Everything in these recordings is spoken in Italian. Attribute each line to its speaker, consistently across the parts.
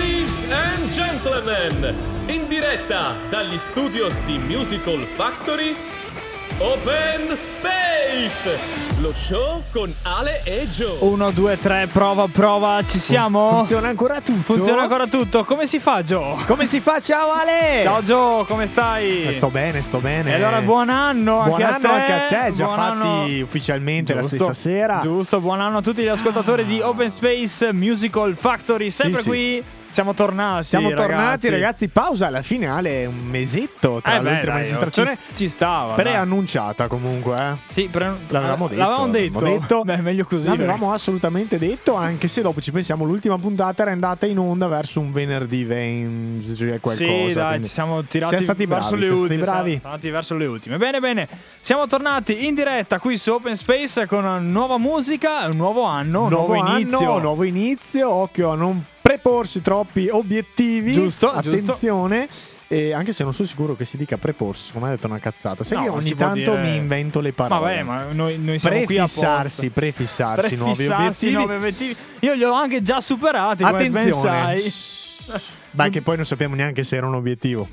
Speaker 1: Ladies and gentlemen, in diretta dagli studios di Musical Factory, Open Space, lo show con Ale e Joe.
Speaker 2: 1, 2, 3, prova, ci siamo?
Speaker 3: Funziona ancora tutto?
Speaker 2: Funziona ancora tutto, come si fa, Joe?
Speaker 3: Come si fa? Ciao Ale!
Speaker 2: Ciao Joe, come stai?
Speaker 3: Sto bene.
Speaker 2: E allora buon anno anche a te.
Speaker 3: Buon anno anche a te, già
Speaker 2: buon
Speaker 3: fatti
Speaker 2: anno.
Speaker 3: ufficialmente
Speaker 2: Giusto,
Speaker 3: la stessa sera.
Speaker 2: Giusto, buon anno a tutti gli ascoltatori di Open Space Musical Factory, sempre
Speaker 3: Sì.
Speaker 2: qui. Siamo tornati,
Speaker 3: ragazzi. Pausa alla finale, un mesetto tra l'ultima registrazione.
Speaker 2: Ci stava.
Speaker 3: Preannunciata comunque,
Speaker 2: Sì,
Speaker 3: l'avevamo detto.
Speaker 2: Beh, meglio così.
Speaker 3: L'avevamo assolutamente detto, anche se dopo ci pensiamo, l'ultima puntata era andata in onda verso un venerdì 20, cioè qualcosa.
Speaker 2: Sì, dai,
Speaker 3: quindi
Speaker 2: ci siamo tirati verso le ultime. Siamo andati verso le ultime. Bene. Siamo tornati in diretta qui su Open Space con una nuova musica, un nuovo anno, un nuovo
Speaker 3: inizio. Occhio a non preporsi troppi obiettivi.
Speaker 2: Giusto.
Speaker 3: Attenzione. E anche se non sono sicuro che si dica preporsi, come ha detto una cazzata. Sai che ogni tanto mi invento le parole.
Speaker 2: Vabbè, ma noi siamo qui apposta.
Speaker 3: Prefissarsi nuovi obiettivi.
Speaker 2: Io li ho anche già superati.
Speaker 3: Attenzione.
Speaker 2: Come ben sai.
Speaker 3: Beh, che poi non sappiamo neanche se era un obiettivo.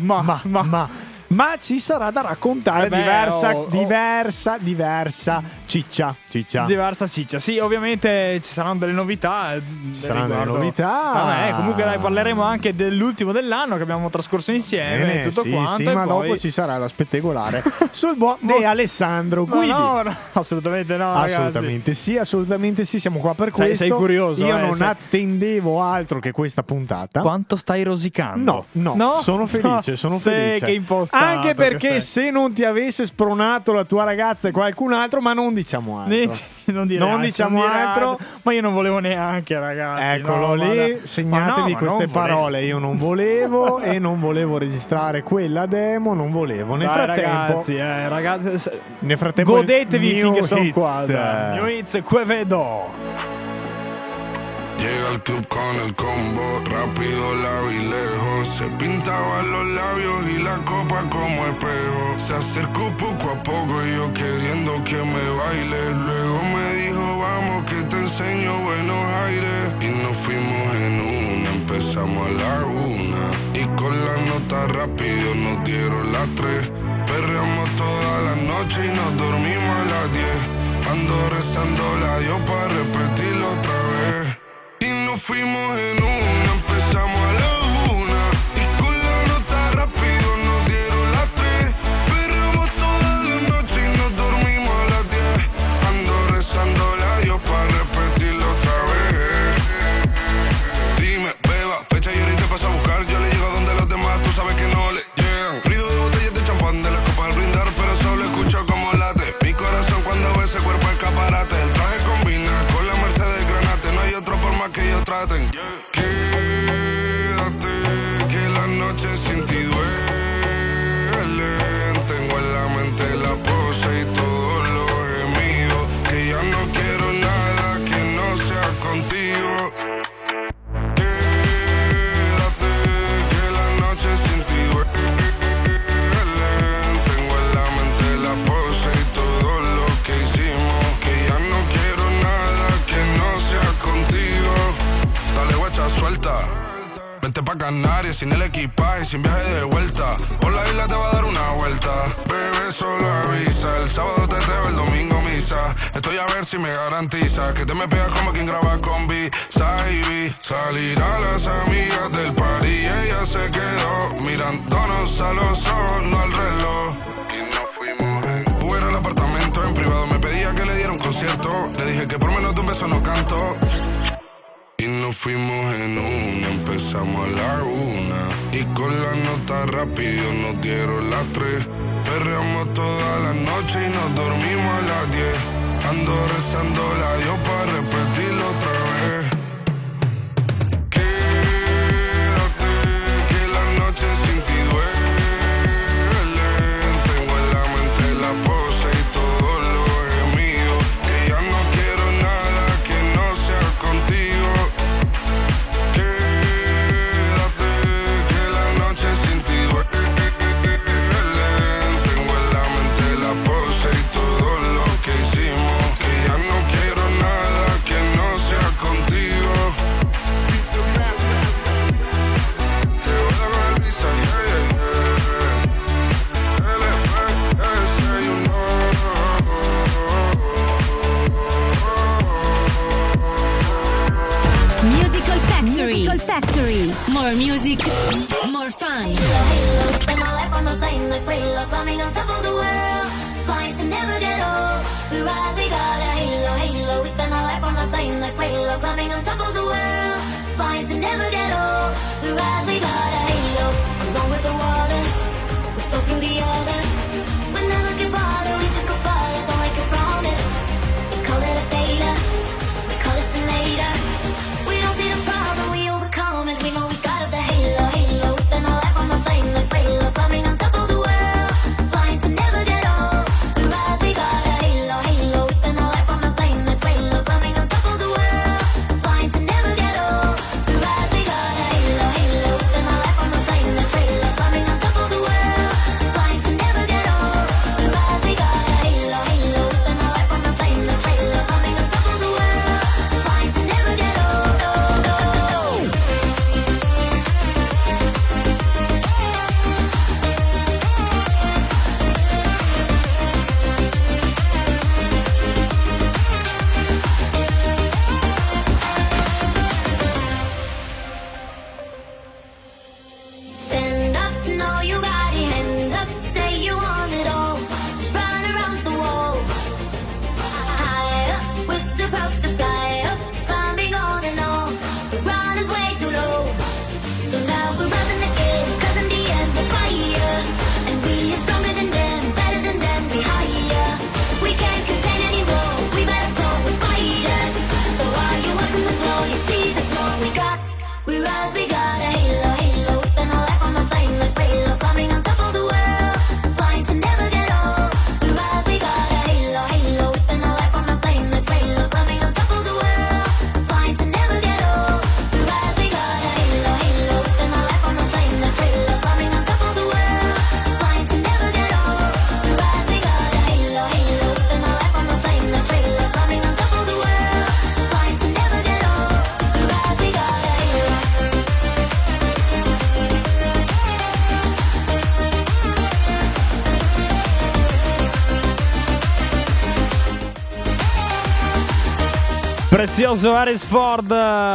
Speaker 3: Ma ci sarà da raccontare diversa ciccia.
Speaker 2: Diversa ciccia. Sì, ovviamente ci saranno delle novità. Comunque dai, parleremo anche dell'ultimo dell'anno che abbiamo trascorso insieme. Quanto.
Speaker 3: Sì, ma poi dopo ci sarà da spettacolare sul buon De Alessandro Guidi.
Speaker 2: No, assolutamente no.
Speaker 3: Assolutamente sì, siamo qua per questo.
Speaker 2: Sei curioso?
Speaker 3: Io non attendevo altro che questa puntata.
Speaker 2: Quanto stai rosicando?
Speaker 3: No? Sono felice.
Speaker 2: Che impostato.
Speaker 3: Anche perché se non ti avesse spronato la tua ragazza e qualcun altro, ma non diciamo altro.
Speaker 2: Non diciamo altro. Ma io non volevo neanche, ragazzi.
Speaker 3: Eccolo lì, segnatevi queste parole. Io non volevo e non volevo registrare quella demo. Non volevo. Nel
Speaker 2: ragazzi,
Speaker 3: nel frattempo
Speaker 2: godetevi finché sono qua.
Speaker 3: New
Speaker 2: Hits, Quevedo.
Speaker 4: Llega al club con el combo, rápido, largo y lejos. Se pintaba los labios y la copa como espejo. Se acercó poco a poco y yo queriendo que me baile. Luego me dijo, vamos que te enseño buenos aires. Y nos fuimos en una, empezamos a la 1. Y con la nota rápido nos dieron las 3. Perreamos toda la noche y nos dormimos a las 10. Ando rezando la Dios para repetirlo otra vez. Nos fuimos en una, empezamos a la 1. Y con la nota rápido nos dieron las 3. Perreamos toda la noche y nos dormimos a las 10. Ando rezando la Dios para repetirlo otra vez. Dime, beba, fecha y ahorita paso a buscar. Yo le llego donde los demás, tú sabes que no le llegan. Ruido de botellas de champán de la copa al brindar, pero solo escucho como late mi corazón cuando ve ese cuerpo escaparate. El traje combina con la Mercedes Granate. No hay otro por más que ellos traten. Quédate, que la noche sin ti duele. Tengo en la mente la pose y todos los gemidos. Que ya no quiero nada que no sea contigo. Quédate, que la noche sin ti duele. Tengo en la mente la pose y todo lo que hicimos. Que ya no quiero nada que no sea contigo. Dale guacha, suelta. Vente pa' Canarias sin el equipaje, sin viaje de vuelta. Por la isla te va a dar una vuelta. Bebé, solo avisa. El sábado teteo, el domingo misa. Estoy a ver si me garantiza que te me pegas como quien graba con B-Side. Salir a las amigas del party y ella se quedó mirándonos a los ojos, no al reloj. Y nos fuimos en Uber al apartamento en privado. Me pedía que le diera un concierto. Le dije que por menos de un beso no canto. Y nos fuimos en una, empezamos a la 1. Y con la nota rápido nos dieron las 3. Perreamos toda la noche y nos dormimos a las 10. Ando rezando la Dios para repetirlo otra vez. Quédate, que la noche sin ti duele. Tengo en la mente la pose y todos los gemidos. Que ya no quiero nada que no sea contigo. Quédate, que la noche sin ti duele. Tengo en la mente la pose y todo lo que hicimos. Que ya no quiero nada
Speaker 5: Factory. More music, more fun.
Speaker 6: Spend my life on the plane, that's way low, climbing on top of the world, flying to never get old. We rise, we got a halo. We spend our life on the plane, that's way low, climbing on top of the world, flying to never get old. We rise, we got a halo. Along with the water, we flow through the others. We never get bothered, we just go farther, don't make a promise. They call it a beta, we call it some later. We don't see the problem, we overcome it. We know we got it, the halo. We spend our life on the plane, that's way low, climbing on top of the world, flying to never get old. We rise, we got a halo. We spend our life on the plane, that's way low, climbing on top of the world, flying to never get old. We rise, we got a halo. We spend our life on the plane, that's way low, climbing on top of the world, flying to never get old. We rise, we got a halo. We spend our life on the plane, that's way low, climbing on top of the world, flying to never get old. Stand up, no, you got your hands up, say you want it all. Just run around the wall. High up, we're supposed to fly up, climbing on and on. The ground is way too low. So now we're rising again, 'cause in the end we're fire. And we are stronger than them, better than them, we higher. We can't contain anymore, we better go with fighters. So while you're watching the glow, you see the glow we rise, we got a halo. We spend our life on the plane, that's way low, climbing on top of the world, flying to never get old. We rise, we got a halo. We spend our life on the plane, that's way low, climbing on top of the world, flying to never get old. We rise, we got a halo. We spend our life on the plane, that's way low, climbing on top of the world, flying to never get old. We rise, we got a halo. We spend our life on the plane, that's way low, climbing on top of the world, flying to never get old. We rise, we got a halo.
Speaker 2: Prezioso Harris Ford,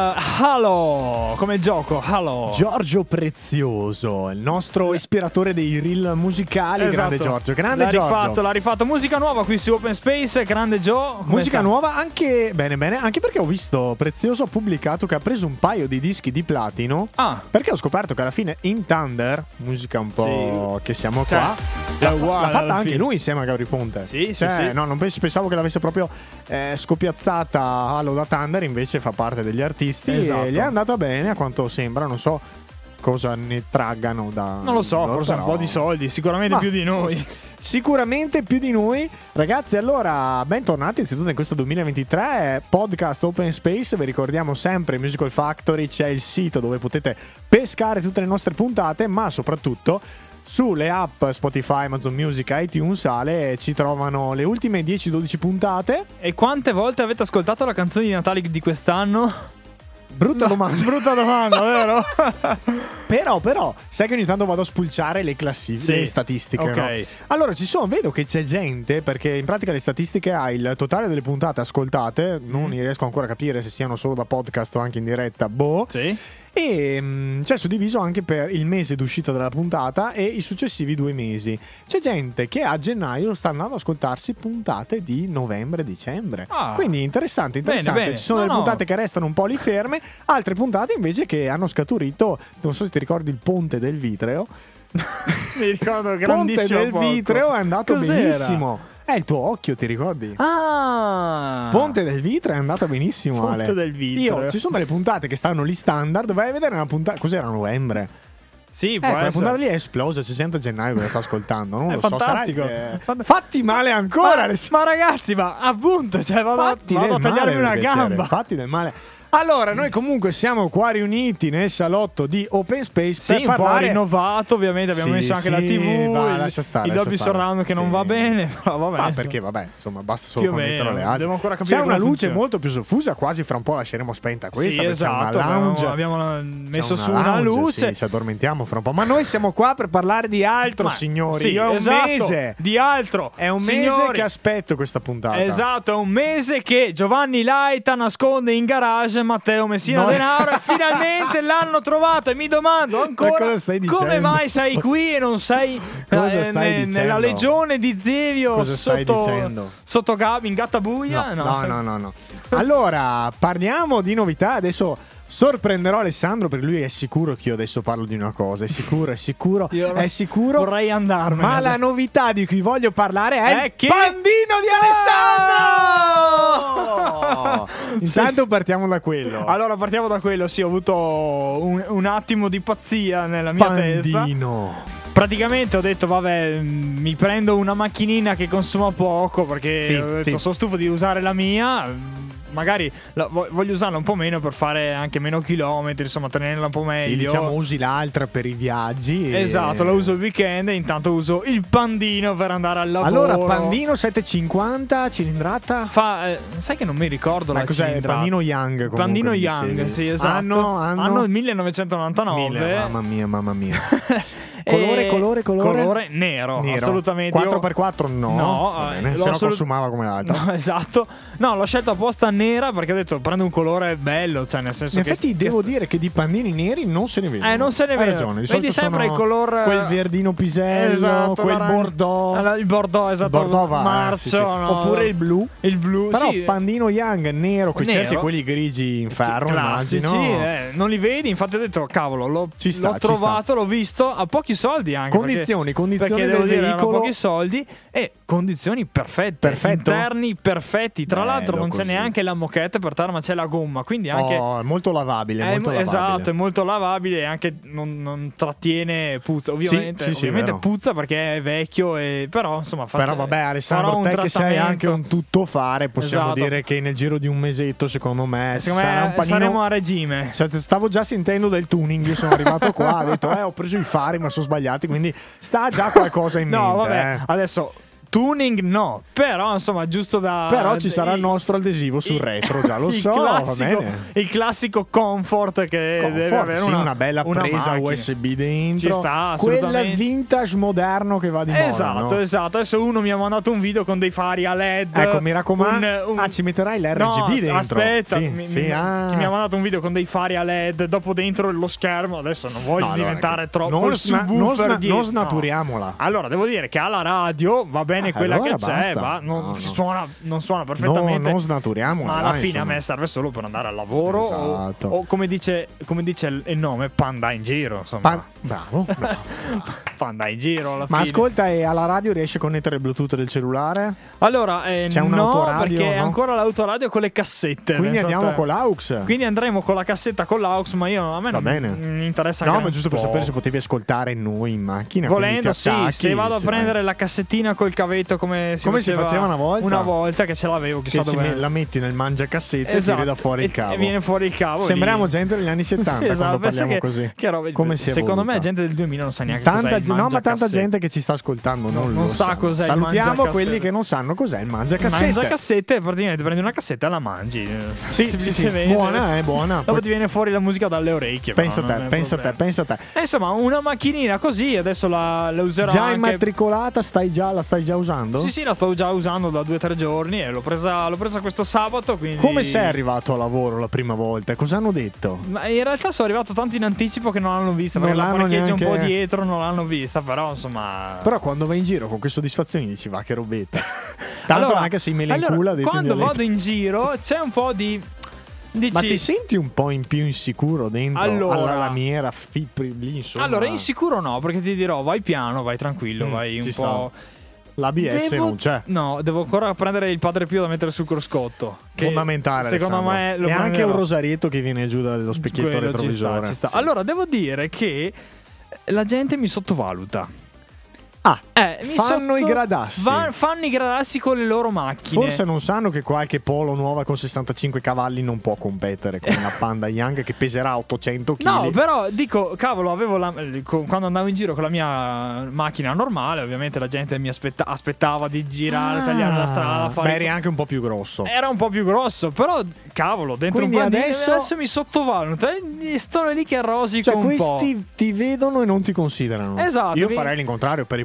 Speaker 2: Halo, come gioco, Halo.
Speaker 3: Giorgio Prezioso, il nostro ispiratore dei reel musicali.
Speaker 2: Esatto.
Speaker 3: Grande Giorgio, grande Giorgio.
Speaker 2: L'ha rifatto, musica nuova qui su Open Space, grande Joe.
Speaker 3: Musica nuova anche, bene, anche perché ho visto Prezioso ha pubblicato che ha preso un paio di dischi di platino. Perché ho scoperto che alla fine In Thunder, musica un po' che siamo qua, l'ha fatta anche lui insieme a Gabri Ponte.
Speaker 2: Sì.
Speaker 3: No, non pensavo che l'avesse proprio scopiazzata Halo da Thunder, invece fa parte degli artisti.
Speaker 2: Esatto.
Speaker 3: E gli è andata bene a quanto sembra, non so cosa ne traggano da...
Speaker 2: Non lo so,
Speaker 3: loro,
Speaker 2: forse
Speaker 3: però...
Speaker 2: un po' di soldi, sicuramente più di noi.
Speaker 3: Sicuramente più di noi. Ragazzi, allora, bentornati in questo 2023 podcast Open Space. Vi ricordiamo sempre Musical Factory, c'è il sito dove potete pescare tutte le nostre puntate, ma soprattutto sulle app Spotify, Amazon Music, iTunes, ci trovano le ultime 10-12 puntate.
Speaker 2: E quante volte avete ascoltato la canzone di Natale di quest'anno?
Speaker 3: Brutta domanda, vero? Però, sai che ogni tanto vado a spulciare le classifiche, le statistiche,
Speaker 2: ok,
Speaker 3: no? Allora, vedo che c'è gente, perché in pratica le statistiche ha il totale delle puntate ascoltate, non riesco ancora a capire se siano solo da podcast o anche in diretta,
Speaker 2: Sì.
Speaker 3: E c'è suddiviso anche per il mese d'uscita della puntata e i successivi 2 mesi. C'è gente che a gennaio sta andando ad ascoltarsi puntate di novembre, dicembre. Quindi interessante.
Speaker 2: Bene.
Speaker 3: Ci sono delle puntate che restano un po' lì ferme, altre puntate invece che hanno scaturito. Non so se ti ricordi il Ponte del Vitreo.
Speaker 2: Mi ricordo grandissimo.
Speaker 3: Ponte del Vitreo è andato
Speaker 2: Cos'era?
Speaker 3: benissimo. È il tuo occhio, ti ricordi? Ponte del Vitreo è andata benissimo, Ale.
Speaker 2: Ponte del Vitreo.
Speaker 3: Ci sono delle puntate che stanno lì standard. Vai a vedere una puntata. Cos'era, novembre?
Speaker 2: Sì, può
Speaker 3: quella
Speaker 2: essere.
Speaker 3: puntata lì è esplosa. Ci sente a gennaio che la sta ascoltando. Non
Speaker 2: È
Speaker 3: lo
Speaker 2: fantastico.
Speaker 3: So, fatti male ancora.
Speaker 2: Ma ragazzi, ma appunto, cioè, vado a tagliarmi una gamba.
Speaker 3: Fatti del male. Allora, noi comunque siamo qua riuniti nel salotto di Open Space per
Speaker 2: un
Speaker 3: parlare...
Speaker 2: po' rinnovato, ovviamente abbiamo messo anche la TV,
Speaker 3: lascia stare,
Speaker 2: il Dolby Surround che non va bene, però vabbè.
Speaker 3: Ma perché insomma, basta solo
Speaker 2: più o
Speaker 3: metterlo alle
Speaker 2: meno,
Speaker 3: altre.
Speaker 2: devo ancora capire
Speaker 3: c'è una
Speaker 2: come
Speaker 3: luce
Speaker 2: funziona.
Speaker 3: molto più soffusa, quasi fra un po' lasceremo spenta questa,
Speaker 2: sì,
Speaker 3: perché
Speaker 2: esatto,
Speaker 3: c'è una lounge.
Speaker 2: abbiamo messo
Speaker 3: c'è
Speaker 2: su una
Speaker 3: lounge,
Speaker 2: luce.
Speaker 3: Sì, ci addormentiamo fra un po', ma noi siamo qua per parlare di altro, signori.
Speaker 2: Sì,
Speaker 3: Io è un
Speaker 2: esatto,
Speaker 3: mese
Speaker 2: di altro.
Speaker 3: È un mese
Speaker 2: signori,
Speaker 3: che aspetto questa puntata.
Speaker 2: Esatto, è un mese che Giovanni Laita nasconde in garage José Matteo Messina Denaro e finalmente l'hanno trovato e mi domando ancora come mai sei qui e non sei nella legione di Zevio sotto in Gattabuia?
Speaker 3: No. Allora, parliamo di novità. Adesso sorprenderò Alessandro, perché lui è sicuro che io adesso parlo di una cosa. È sicuro. È sicuro.
Speaker 2: Vorrei andarmene.
Speaker 3: Ma la novità di cui voglio parlare è il
Speaker 2: che...
Speaker 3: pandino di Alessandro! Intanto partiamo da quello.
Speaker 2: Allora partiamo da quello. Sì, ho avuto un attimo di pazzia nella mia testa.
Speaker 3: Pandino.
Speaker 2: Praticamente ho detto vabbè, mi prendo una macchinina che consuma poco, perché ho detto sono stufo di usare la mia. Magari voglio usarla un po' meno per fare anche meno chilometri, insomma tenerla un po' meglio.
Speaker 3: Sì, diciamo usi l'altra per i viaggi.
Speaker 2: Esatto, la uso il weekend e intanto uso il pandino per andare al lavoro.
Speaker 3: Allora, pandino 750, cilindrata?
Speaker 2: Sai che non mi ricordo la
Speaker 3: cos'è?
Speaker 2: cilindrata.
Speaker 3: Pandino Young comunque.
Speaker 2: Pandino Young, sì, esatto. Anno 1999.
Speaker 3: Mamma mia. Colore
Speaker 2: nero, assolutamente.
Speaker 3: 4x4 no, se no consumava come l'altro.
Speaker 2: No, esatto. No, l'ho scelto apposta nera perché ho detto prendo un colore bello, cioè nel senso
Speaker 3: in effetti devo dire che di pandini neri non se ne vedono.
Speaker 2: Non se ne vedono.
Speaker 3: Ragione.
Speaker 2: Vedi sempre il color
Speaker 3: quel verdino pisello,
Speaker 2: esatto,
Speaker 3: quel bordeaux.
Speaker 2: Il bordeaux, esatto,
Speaker 3: il bordeaux
Speaker 2: marcio,
Speaker 3: sì. No. Oppure il blu.
Speaker 2: Il blu,
Speaker 3: però
Speaker 2: sì.
Speaker 3: Pandino Young nero con certi quelli grigi in ferro,
Speaker 2: classici,
Speaker 3: immagino.
Speaker 2: Non li vedi, infatti ho detto cavolo, l'ho trovato, l'ho visto a pochi soldi anche.
Speaker 3: Condizioni
Speaker 2: perché devo dire erano pochi soldi e condizioni perfette, interni perfetti. Tra l'altro non c'è neanche la moquette per terra, ma c'è la gomma, quindi anche
Speaker 3: è molto lavabile,
Speaker 2: esatto, è molto lavabile e anche non trattiene puzza. Ovviamente puzza perché è vecchio però insomma
Speaker 3: però vabbè, Alessandro, te che sei anche un tuttofare, possiamo dire che nel giro di un mesetto secondo me sarà un panino,
Speaker 2: saremo a regime.
Speaker 3: Stavo già sentendo del tuning, io sono arrivato qua, ho detto ho preso i fari ma sono sbagliati, quindi sta già qualcosa in mente.
Speaker 2: No, vabbè, adesso tuning no, però insomma giusto da...
Speaker 3: Però ci sarà il nostro adesivo sul retro, già lo so, va bene.
Speaker 2: Il classico comfort che deve avere
Speaker 3: una bella presa USB dentro.
Speaker 2: Ci sta, assolutamente.
Speaker 3: Quel vintage moderno che va di moda.
Speaker 2: Esatto. Adesso uno mi ha mandato un video con dei fari a LED.
Speaker 3: Ecco, mi raccomando. Ci metterai l'RGB dentro.
Speaker 2: Aspetta, chi mi ha mandato un video con dei fari a LED, dopo dentro lo schermo. Adesso non voglio diventare troppo il subwoofer
Speaker 3: non snaturiamola.
Speaker 2: Allora, devo dire che alla radio va bene quella
Speaker 3: allora
Speaker 2: che c'è, non suona perfettamente.
Speaker 3: Non snaturiamo.
Speaker 2: Ma alla fine a me serve solo per andare al lavoro.
Speaker 3: Esatto.
Speaker 2: O come dice il nome, Panda in giro. Insomma.
Speaker 3: Bravo.
Speaker 2: Panda in giro alla fine.
Speaker 3: Ma ascolta, e alla radio riesce a connettere il Bluetooth del cellulare?
Speaker 2: Allora,
Speaker 3: c'è un'autoradio,
Speaker 2: perché è ancora l'autoradio con le cassette.
Speaker 3: Quindi andiamo con l'aux.
Speaker 2: Quindi andremo con la cassetta con l'aux, ma a me non mi interessa.
Speaker 3: No, ma giusto per sapere se potevi ascoltare noi in macchina.
Speaker 2: Volendo, sì. Se vado a prendere la cassettina col cavetto come si faceva
Speaker 3: una
Speaker 2: volta che ce l'avevo, chissà dove.
Speaker 3: La metti nel mangiacassette e tiri da fuori il cavo.
Speaker 2: E viene fuori il cavo.
Speaker 3: Sembriamo gente degli anni 70 quando parliamo così.
Speaker 2: Secondo me gente del 2000 non sa neanche cos'è il mangiacassette.
Speaker 3: No, ma tanta gente che ci sta ascoltando non
Speaker 2: sa cos'è il mangiacassette.
Speaker 3: Salutiamo quelli che non sanno cos'è il mangiacassette.
Speaker 2: Il mangiacassette, praticamente prendi una cassetta e la mangi.
Speaker 3: Sì, buona.
Speaker 2: Dopo ti viene fuori la musica dalle orecchie.
Speaker 3: Pensa a te.
Speaker 2: Insomma, una macchinina così, adesso la userò
Speaker 3: già
Speaker 2: anche.
Speaker 3: immatricolata, la stai già usando?
Speaker 2: Sì, la sto già usando da 2 o 3 giorni e l'ho presa questo sabato, quindi...
Speaker 3: Come sei arrivato a lavoro la prima volta? Cosa hanno detto?
Speaker 2: Ma in realtà sono arrivato tanto in anticipo che non l'hanno vista, perché la parcheggio un po' dietro, non l'hanno vista, però insomma...
Speaker 3: Però quando vai in giro con queste soddisfazioni dici va che robetta. Tanto anche se me la incula
Speaker 2: quando vado in giro c'è un po' di...
Speaker 3: Ma ti senti un po' in più insicuro dentro alla lamiera lì, insomma?
Speaker 2: Allora, insicuro no, perché ti dirò, vai piano, vai tranquillo, vai un po'...
Speaker 3: L'ABS non c'è.
Speaker 2: No, devo ancora prendere il Padre Pio da mettere sul cruscotto.
Speaker 3: Fondamentale.
Speaker 2: Secondo me
Speaker 3: e anche un rosarietto che viene giù dallo specchietto retrovisore.
Speaker 2: Ci sta. Sì. Allora, devo dire che la gente mi sottovaluta.
Speaker 3: Fanno i gradassi.
Speaker 2: Fanno i gradassi con le loro macchine.
Speaker 3: Forse non sanno che qualche Polo nuova con 65 cavalli non può competere con la Panda Young che peserà 800 kg.
Speaker 2: No, però dico, cavolo, quando andavo in giro con la mia macchina normale, ovviamente la gente mi aspettava di girare, tagliare la strada.
Speaker 3: Ma eri anche un po' più grosso.
Speaker 2: Era un po' più grosso, però cavolo, dentro
Speaker 3: quindi
Speaker 2: un po'
Speaker 3: adesso
Speaker 2: mi sottovaluta. Sto lì che rosico un po'.
Speaker 3: Questi ti vedono e non ti considerano.
Speaker 2: Esatto.
Speaker 3: Io farei l'incontrario per i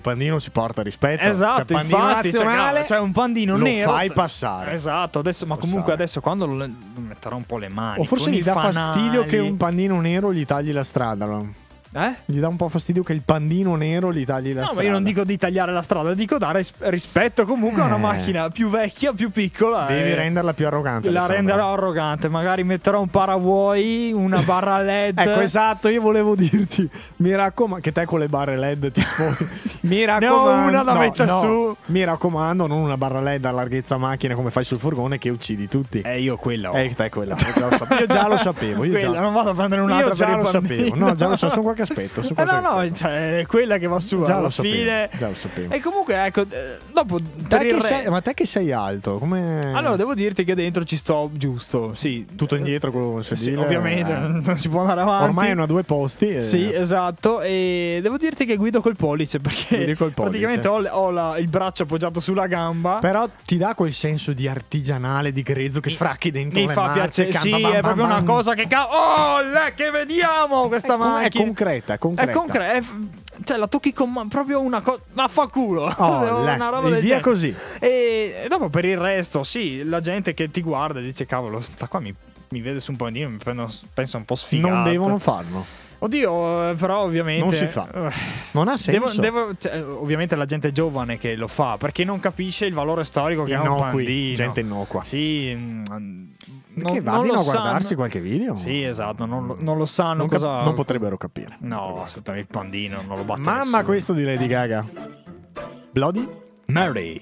Speaker 3: pandino si porta rispetto.
Speaker 2: Esatto,
Speaker 3: cioè, pandino
Speaker 2: infatti,
Speaker 3: nazionale,
Speaker 2: c'è un pandino nero.
Speaker 3: Lo fai passare.
Speaker 2: Esatto, adesso, ma comunque adesso quando lo metterà un po' le mani.
Speaker 3: O forse gli dà fastidio che un pandino nero gli tagli la strada, no? Gli dà un po' fastidio che il pandino nero gli tagli la strada.
Speaker 2: No, ma io non dico di tagliare la strada, dico dare rispetto comunque a una macchina più vecchia, più piccola.
Speaker 3: Devi renderla più arrogante.
Speaker 2: La renderò arrogante, magari metterò un paravuoi, una barra LED.
Speaker 3: Ecco, esatto, io volevo dirti, mi raccomando, che te con le barre LED ti sfoghi. Mi raccomando,
Speaker 2: ne ho una da mettere su.
Speaker 3: Mi raccomando, non una barra LED a larghezza macchina come fai sul furgone che uccidi tutti.
Speaker 2: Io quella.
Speaker 3: Te quella. Io già lo sapevo.
Speaker 2: Non vado a prendere un'altra per il
Speaker 3: sapevo. No, già lo so, sono qualche aspetto.
Speaker 2: No, cioè, è quella che va su alla fine.
Speaker 3: Già lo sapevo.
Speaker 2: E comunque, ecco, dopo
Speaker 3: ma te che sei alto, come?
Speaker 2: Allora, devo dirti che dentro ci sto giusto, sì.
Speaker 3: Tutto indietro con il sedile.
Speaker 2: Sì, ovviamente, non si può andare avanti.
Speaker 3: Ormai è una 2 posti.
Speaker 2: Sì, esatto. E devo dirti che guido col pollice perché praticamente ho il braccio appoggiato sulla gamba.
Speaker 3: Però ti dà quel senso di artigianale, di grezzo che fracchi dentro le marce. Mi fa piacere.
Speaker 2: Sì, è proprio una cosa che che vediamo questa macchina.
Speaker 3: È concreta.
Speaker 2: È concreta, cioè la tocchi con proprio una cosa. Vaffanculo.
Speaker 3: Una roba del via così.
Speaker 2: E dopo per il resto, sì, la gente che ti guarda e dice: cavolo, sta qua mi vede su un pandino, mi pensa un po' sfigato.
Speaker 3: Non devono farlo.
Speaker 2: Oddio, però ovviamente
Speaker 3: non si fa. Non ha senso.
Speaker 2: Ovviamente la gente giovane che lo fa perché non capisce il valore storico che ha un pandino.
Speaker 3: Gente innocua.
Speaker 2: Sì.
Speaker 3: Che vadino a guardarsi qualche video.
Speaker 2: Sì, esatto, non lo sanno cosa.
Speaker 3: Non potrebbero capire.
Speaker 2: No, assolutamente il pandino non lo batte.
Speaker 3: Mamma,
Speaker 2: nessuno.
Speaker 3: Questo di Lady Gaga. Bloody
Speaker 2: Mary.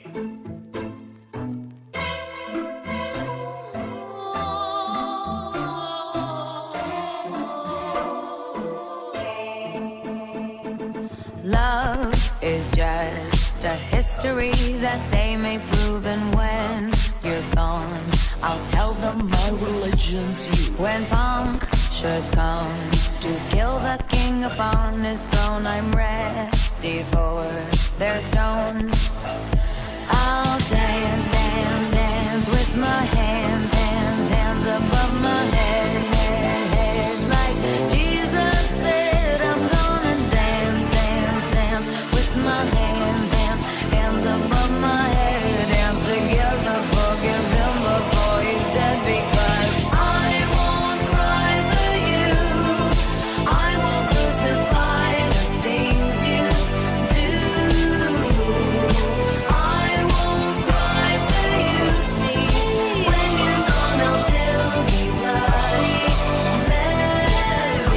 Speaker 7: Love is just a history that they may prove, and when you're gone, I'll tell them my religion's you. When punctures come to kill the king upon his throne, I'm ready for their stones. I'll dance, dance, dance with my hands, hands, hands above my head, head, head, like Jesus said. I'm gonna dance, dance, dance with my hands, hands, hands above my head, dance together, forgive him before he's dead, because I won't cry for you, I won't crucify the things you do, I won't cry for you, see, when you're gone I'll still be bloody Mary.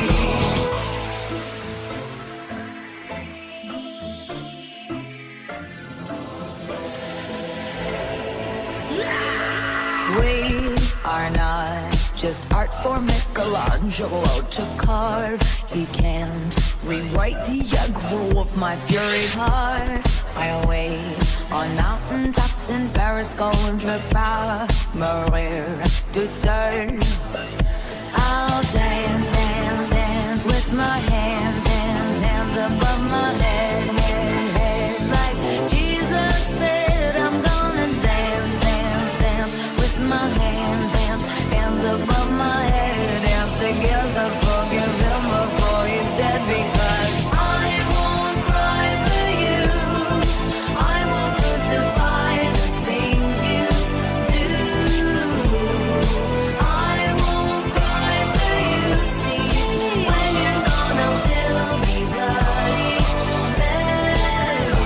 Speaker 7: We are not just art for Michelangelo to carve. He can't rewrite the aggro of my fury heart. I wait on mountaintops in Paris, contre pas mourir toute seule. I'll dance, dance, dance with my hands, hands, hands above my head, head, head, like Jesus said. I'm gonna dance, dance, dance with my hands, hands, hands above my head, dance together, forgive him before he's dead, because I won't cry for you, I won't crucify the things you do, I won't cry for you, see, when you're gone I'll still be bloody Mary.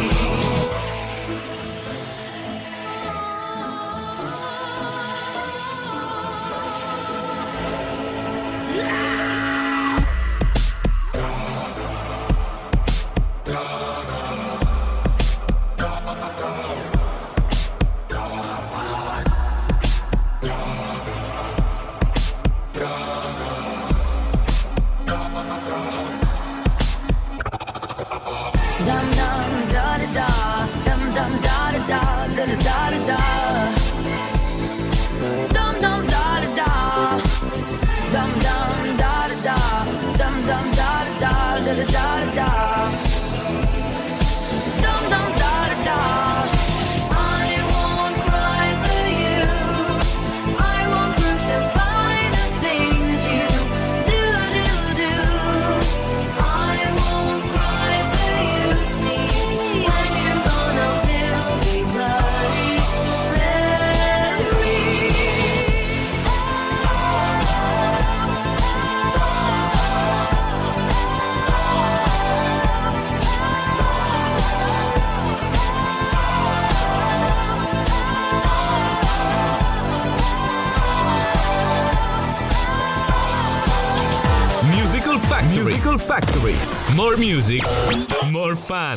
Speaker 7: Dum dum da da da, dum dum da da da, da da da da. Dum dum da da da, dum dum da
Speaker 1: Factory. More music, more fun.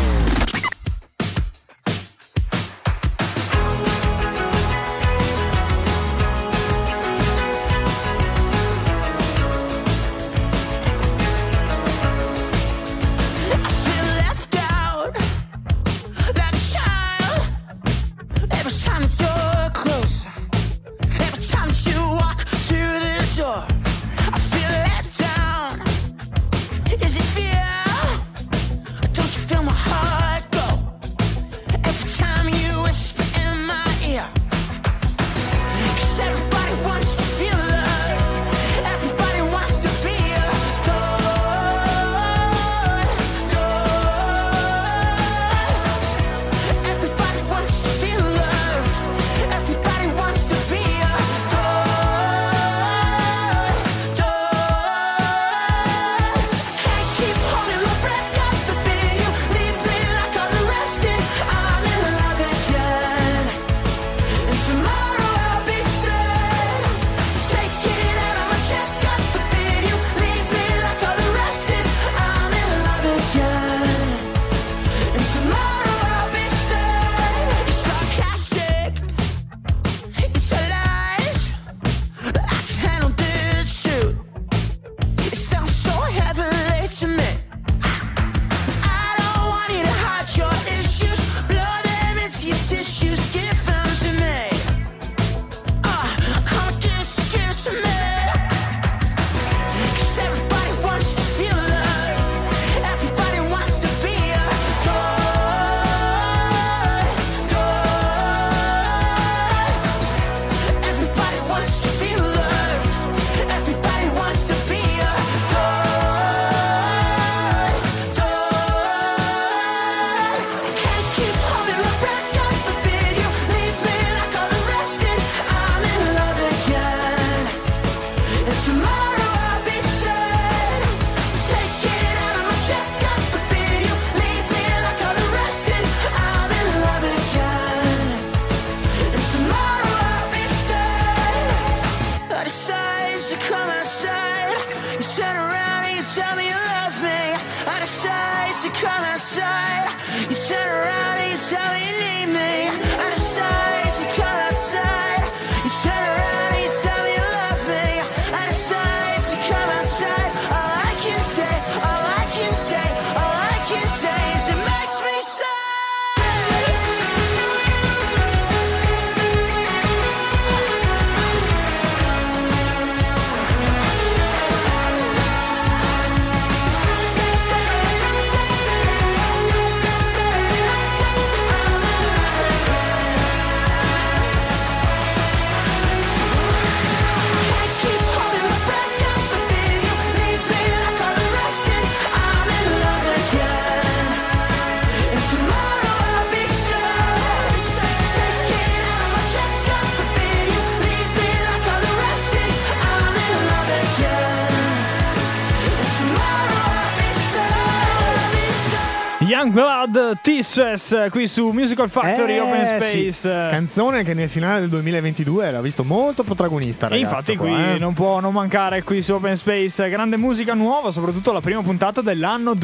Speaker 2: Youngblood, Tissues qui su Musical Factory Open Space.
Speaker 3: Sì. Canzone che nel finale del 2022 l'ha visto molto protagonista, ragazzo.
Speaker 2: Infatti qui non può non mancare qui su Open Space. Grande musica nuova, soprattutto la prima puntata dell'anno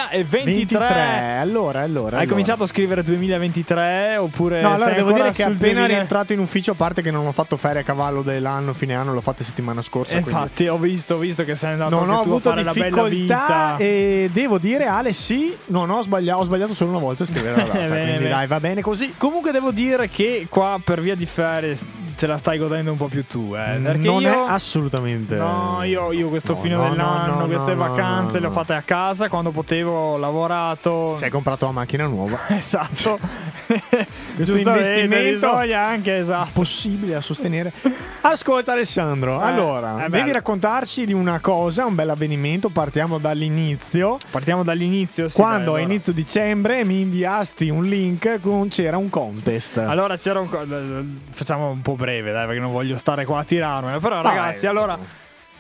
Speaker 2: 2023.
Speaker 3: Allora.
Speaker 2: Hai cominciato a scrivere 2023 oppure
Speaker 3: no, allora
Speaker 2: sei
Speaker 3: devo dire che
Speaker 2: sul
Speaker 3: appena rientrato in ufficio, a parte che non ho fatto ferie a cavallo dell'anno, fine anno, l'ho fatta settimana scorsa.
Speaker 2: Infatti ho visto che sei andato
Speaker 3: non ho
Speaker 2: tu a
Speaker 3: avuto
Speaker 2: fare la bella vita.
Speaker 3: E devo dire, Ale, sì, non ho sbagliato solo una volta a scrivere la data. Quindi dai, va bene così.
Speaker 2: Comunque devo dire che qua per via di ferie te la stai godendo un po' più tu, perché
Speaker 3: non
Speaker 2: io
Speaker 3: è assolutamente.
Speaker 2: No, io questo fine dell'anno, queste vacanze le ho fatte a casa quando potevo, ho lavorato.
Speaker 3: Si è comprato una macchina nuova.
Speaker 2: Esatto.
Speaker 3: Questo investimento
Speaker 2: anche esatto.
Speaker 3: Possibile a sostenere. Ascolta Alessandro, allora devi raccontarci di una cosa, un bel avvenimento. Partiamo dall'inizio,
Speaker 2: sì,
Speaker 3: quando
Speaker 2: dai,
Speaker 3: a inizio dicembre mi inviasti un link con c'era un contest.
Speaker 2: Allora c'era facciamo un po' breve, dai, perché non voglio stare qua a tirarmela. Però ragazzi, allora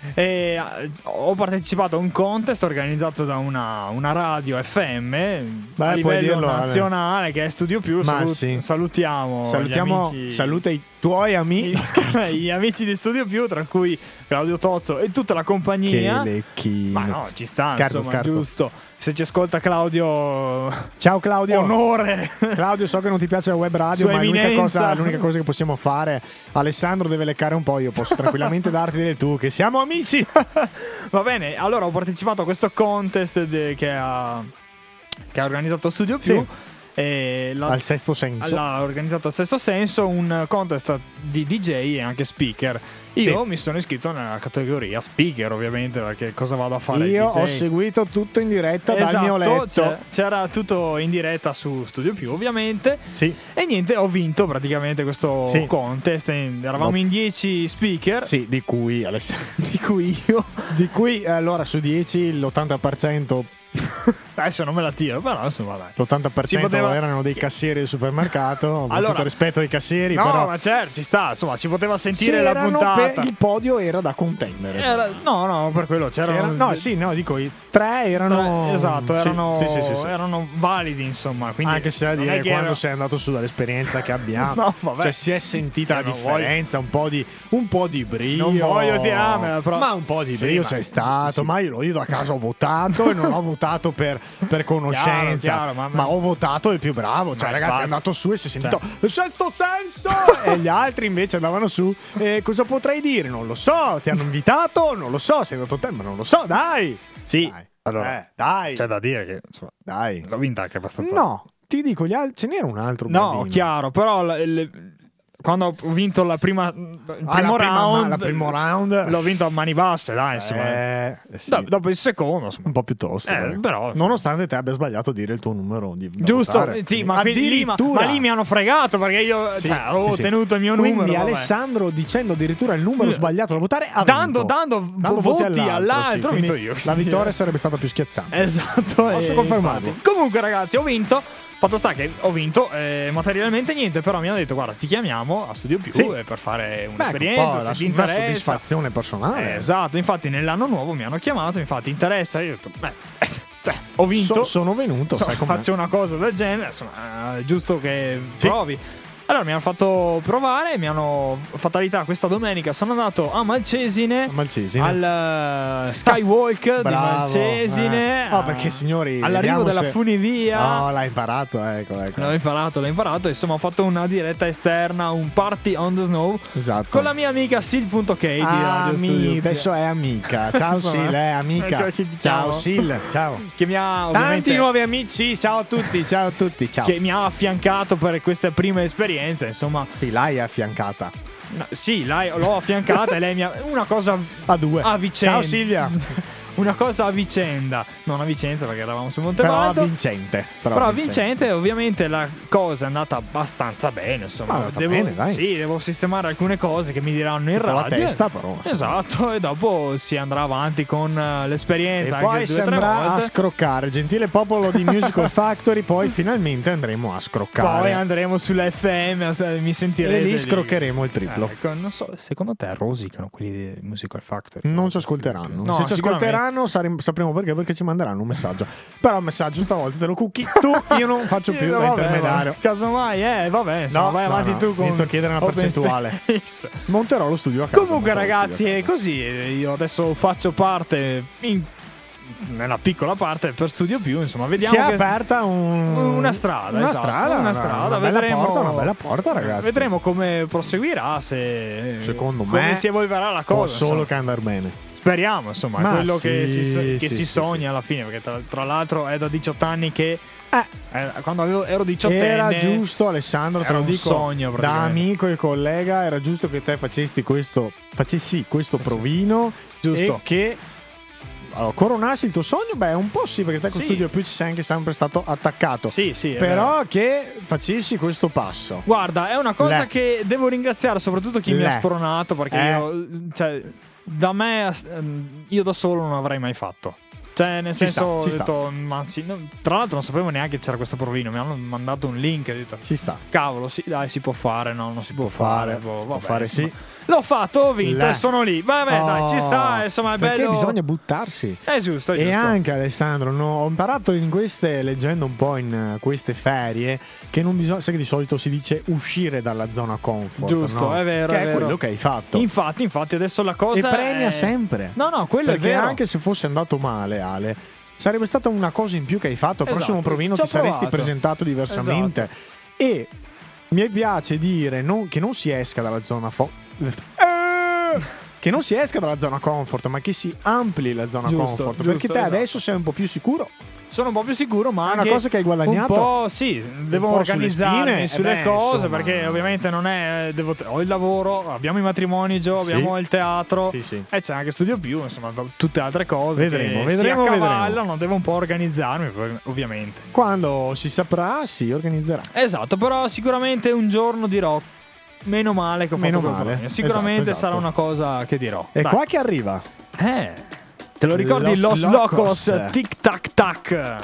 Speaker 2: Ho partecipato a un contest organizzato da una radio FM a livello nazionale, che è Studio Più. Salutiamo gli amici,
Speaker 3: saluta i tuoi amici,
Speaker 2: gli amici di Studio Più, tra cui Claudio Tozzo e tutta la compagnia.
Speaker 3: Che lecchino.
Speaker 2: Ma no, ci sta, insomma, giusto. Se ci ascolta Claudio,
Speaker 3: ciao Claudio,
Speaker 2: onore.
Speaker 3: Claudio, so che non ti piace la web radio, ma l'unica cosa che possiamo fare, Alessandro deve leccare un po', io posso tranquillamente darti del tu, che siamo amici.
Speaker 2: Va bene, allora ho partecipato a questo contest che ha organizzato Studio Più.
Speaker 3: Sì. Al Sesto Senso
Speaker 2: l'ha organizzato al Sesto Senso, un contest di DJ e anche speaker. Io mi sono iscritto nella categoria speaker, ovviamente, perché cosa vado a fare?
Speaker 3: Io ho seguito tutto in diretta dal mio letto.
Speaker 2: C'era tutto in diretta su Studio Più, ovviamente.
Speaker 3: Sì.
Speaker 2: E niente, ho vinto praticamente questo contest. Eravamo in 10 speaker.
Speaker 3: Sì, di cui Alessandro.
Speaker 2: Di cui io.
Speaker 3: Di cui allora su 10 l'80%.
Speaker 2: Adesso non me la tiro, però insomma dai.
Speaker 3: L'80% erano dei cassieri del supermercato. Con tutto rispetto ai cassieri, però.
Speaker 2: Ma certo, ci sta, insomma, si poteva sentire la puntata.
Speaker 3: Il podio era da contendere.
Speaker 2: No, per quello c'erano.
Speaker 3: Dico i 3 erano.
Speaker 2: Esatto, erano validi, insomma. Quindi
Speaker 3: anche se a dire quando sei andato su dall'esperienza che abbiamo. Cioè si è sentita la differenza, un po' di brio.
Speaker 2: Non voglio tirarmela, però.
Speaker 3: Ma un po' di brio c'è stato. Ma io da casa ho votato e non ho votato per conoscenza, chiaro, ma ho votato il più bravo. Cioè, ragazzi, è andato su e si è sentito il Sesto Senso. E gli altri invece andavano su. Cosa potrei dire? Non lo so. Ti hanno invitato? Non lo so. Sei andato te, ma non lo so. Dai.
Speaker 2: Sì.
Speaker 3: Dai. Allora, dai.
Speaker 2: C'è da dire che insomma,
Speaker 3: dai.
Speaker 2: L'ho vinta anche abbastanza.
Speaker 3: No, ti dico, gli altri ce n'era un altro.
Speaker 2: No,
Speaker 3: bambino.
Speaker 2: Chiaro, però quando ho vinto il primo round l'ho vinto a mani basse, dai, insomma.
Speaker 3: Sì.
Speaker 2: Dopo il secondo, insomma.
Speaker 3: Un po' piuttosto.
Speaker 2: Però,
Speaker 3: nonostante te abbia sbagliato a dire il tuo numero di
Speaker 2: giusto, sì, ma lì mi hanno fregato perché io avevo tenuto il mio numero.
Speaker 3: Quindi Alessandro, dicendo addirittura il numero sbagliato da votare, ha
Speaker 2: dando voti all'altro, ho vinto io.
Speaker 3: La vittoria sarebbe stata più schiacciante.
Speaker 2: Esatto.
Speaker 3: Posso confermarlo.
Speaker 2: Comunque, ragazzi, ho vinto. Fatto sta che ho vinto, materialmente niente, però mi hanno detto guarda, ti chiamiamo a Studio Più per fare un'esperienza, se ti interessa.
Speaker 3: Una soddisfazione personale.
Speaker 2: Esatto, infatti nell'anno nuovo mi hanno chiamato, infatti interessa, io ho detto, ho vinto.
Speaker 3: Sono venuto, sai com'è.
Speaker 2: Faccio una cosa del genere, insomma, è giusto che provi. Allora mi hanno fatto provare, mi hanno fatalità questa domenica sono andato a Malcesine. Al Skywalk di Malcesine.
Speaker 3: Perché signori,
Speaker 2: all'arrivo della funivia.
Speaker 3: No, l'hai imparato, ecco.
Speaker 2: L'ho imparato. Insomma, ho fatto una diretta esterna, un party on the snow.
Speaker 3: Esatto.
Speaker 2: Con la mia amica Sil.k di Radio Studio.
Speaker 3: Adesso è amica. Ciao Sil, è amica. Ciao Sil, ciao.
Speaker 2: Che mi ha
Speaker 3: tanti nuovi amici, ciao a tutti, ciao.
Speaker 2: Che mi ha affiancato per queste prime esperienze. Insomma,
Speaker 3: sì, l'hai affiancata.
Speaker 2: No, sì, l'ho affiancata e lei mi ha una cosa
Speaker 3: a due.
Speaker 2: A vicenda.
Speaker 3: Ciao Silvia.
Speaker 2: Una cosa a vicenda, non a Vicenza perché eravamo su Montebaldo.
Speaker 3: Però
Speaker 2: vincente, ovviamente la cosa è andata abbastanza bene, insomma. Devo sistemare alcune cose che mi diranno in radio.
Speaker 3: La testa, però.
Speaker 2: Esatto, e dopo si andrà avanti con l'esperienza.
Speaker 3: E poi si andrà a scroccare, gentile popolo di Musical Factory, poi finalmente andremo a scroccare.
Speaker 2: Poi andremo sulla FM, mi sentirete.
Speaker 3: E lì scroccheremo il triplo.
Speaker 2: Non so, secondo te rosicano quelli di Musical Factory?
Speaker 3: Non ci ascolteranno.
Speaker 2: No,
Speaker 3: se ci ascolteranno sapremo perché ci manderanno un messaggio. Però il messaggio stavolta te lo cucchi tu, io non faccio più da intermediario.
Speaker 2: Casomai, vabbè, insomma, vai avanti tu con.
Speaker 3: Inizio a chiedere una percentuale. Monterò lo studio a casa.
Speaker 2: Comunque, ragazzi, è così. Io adesso faccio parte nella piccola parte per Studio Più, insomma, vediamo.
Speaker 3: Si è aperta una strada.
Speaker 2: Una
Speaker 3: bella porta, ragazzi.
Speaker 2: Vedremo come proseguirà,
Speaker 3: secondo me
Speaker 2: come si evolverà la cosa.
Speaker 3: Può solo che andare bene.
Speaker 2: Speriamo, insomma, è quello che si sogna alla fine, perché tra l'altro è da 18 anni che quando ero 18enne
Speaker 3: era giusto, Alessandro, te lo dico,
Speaker 2: sogno,
Speaker 3: da amico e collega, era giusto che te facessi questo provino,
Speaker 2: giusto,
Speaker 3: e che coronassi il tuo sogno. Beh, un po' sì, perché te con Studio Più ci sei anche sempre stato attaccato.
Speaker 2: Sì,
Speaker 3: però che facessi questo passo.
Speaker 2: Guarda, è una cosa che devo ringraziare soprattutto chi mi ha spronato, perché io da solo non avrei mai fatto. Cioè, nel senso, ho detto, tra l'altro non sapevo neanche c'era questo provino, mi hanno mandato un link e ho detto,
Speaker 3: ci sta.
Speaker 2: Cavolo, sì, dai, si può fare, no, non si può fare.
Speaker 3: Può fare, sì.
Speaker 2: L'ho fatto, ho vinto e sono lì. Vabbè, dai, ci sta, insomma, è bello.
Speaker 3: Perché bisogna buttarsi.
Speaker 2: È giusto, è
Speaker 3: E
Speaker 2: giusto.
Speaker 3: anche, Alessandro, ho imparato leggendo un po' in queste ferie, che non bisogna, sai che di solito si dice uscire dalla zona comfort.
Speaker 2: Giusto,
Speaker 3: no?
Speaker 2: è vero,
Speaker 3: che
Speaker 2: è vero.
Speaker 3: quello che hai fatto.
Speaker 2: Infatti, adesso la cosa
Speaker 3: e premia
Speaker 2: è...
Speaker 3: sempre.
Speaker 2: No, quello
Speaker 3: perché
Speaker 2: è vero.
Speaker 3: anche se fosse andato male, Ale, sarebbe stata una cosa in più che hai fatto. Al prossimo provino ti saresti presentato diversamente.
Speaker 2: Esatto.
Speaker 3: E mi piace dire che non si esca dalla zona che non si esca dalla zona comfort, ma che si ampli la zona comfort. Perché te adesso sei un po' più sicuro.
Speaker 2: Sono un po' più sicuro, ma
Speaker 3: è
Speaker 2: anche
Speaker 3: una cosa che hai guadagnato.
Speaker 2: Un po', sì, devo organizzarmi sulle cose,
Speaker 3: insomma.
Speaker 2: perché ovviamente non è ho il lavoro, abbiamo i matrimoni, abbiamo il teatro, e c'è anche Studio Più, insomma, tutte altre cose
Speaker 3: vedremo,
Speaker 2: si accavallano, devo un po' organizzarmi, ovviamente.
Speaker 3: Quando si saprà, si organizzerà.
Speaker 2: Esatto, però sicuramente un giorno dirò meno male che ho fatto quel provino. Sicuramente
Speaker 3: esatto.
Speaker 2: sarà una cosa che dirò.
Speaker 3: E qua che arriva?
Speaker 2: Te lo ricordi? Los Locos, Tic Tac Tac.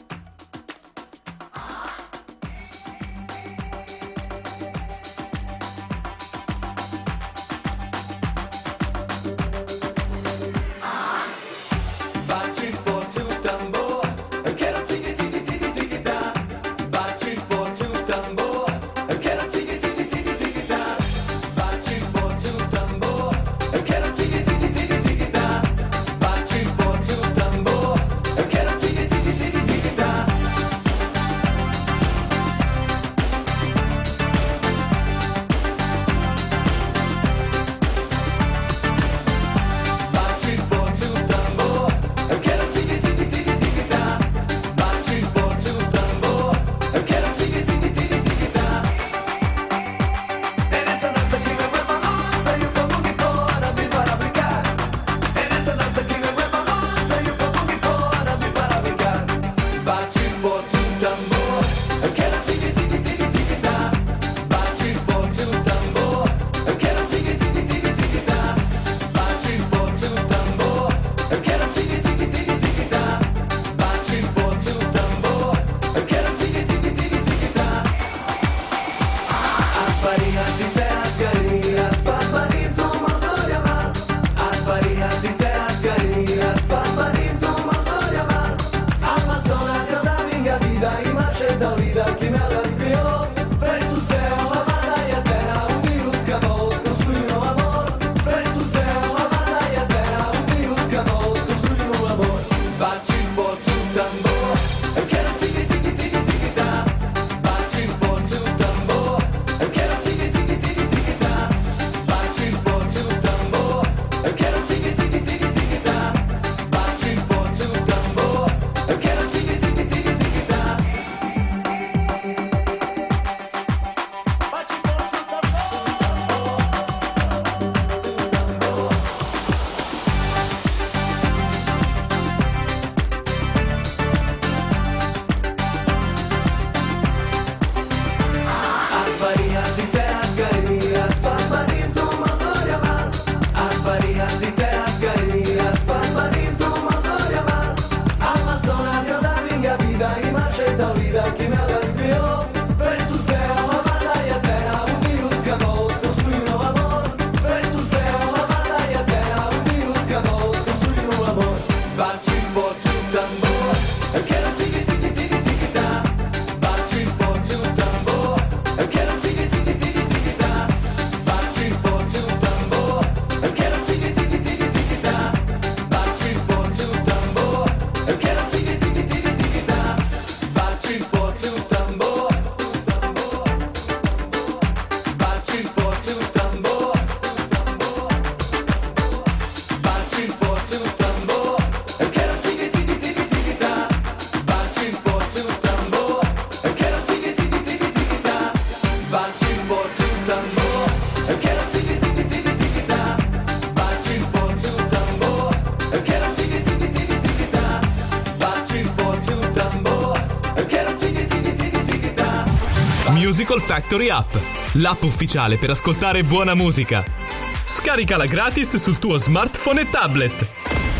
Speaker 1: Musical Factory App, l'app ufficiale per ascoltare buona musica. Scaricala gratis sul tuo smartphone e tablet.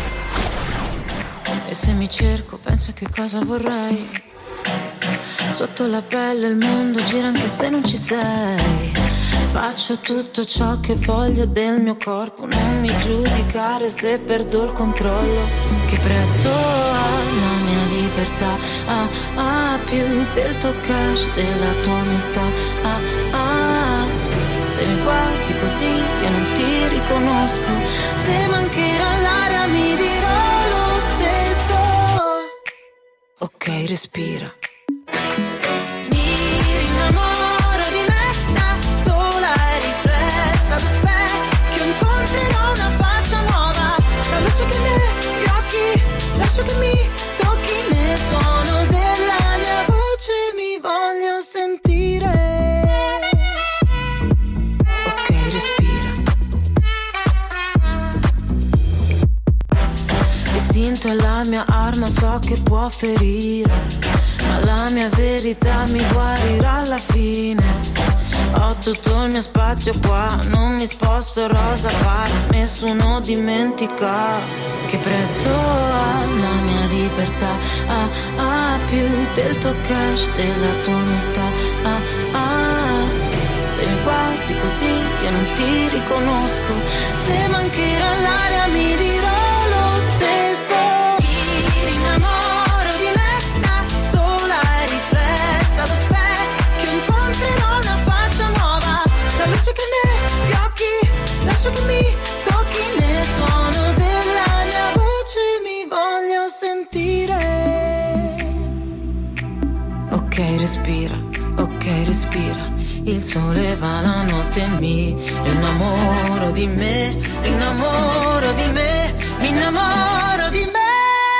Speaker 7: E se mi cerco, penso a che cosa vorrei. Sotto la pelle il mondo gira anche se non ci sei. Faccio tutto ciò che voglio del mio corpo, non mi giudicare se perdo il controllo. Che prezzo ha la mia libertà? Più del tuo cash, della tua umiltà. Se mi guardi così io non ti riconosco. Se mancherà l'aria mi dirò lo stesso. Ok, respira. Lascio che mi tocchi nel suono della mia voce, mi voglio sentire. Ok, respira. L'istinto è la mia arma, so che può ferire, ma la mia verità mi guarirà alla fine. Ho tutto il mio spazio qua, non mi sposto rosa pazza, nessuno dimentica. Che prezzo ha la mia libertà? Più del tuo cash, della tua umiltà. Se mi guardi così io non ti riconosco. Se mancherà l'aria mi dirò lo stesso. Mi innamoro di me da sola e riflessa allo specchio. Incontrerò una faccia nuova, la luce che negli occhi. Lascio che mi tocchi nel suono della mia voce, mi voglio sentire. Ok, respira, ok, respira. Il sole va la notte e mi innamoro di me, innamoro di me, mi innamoro di me.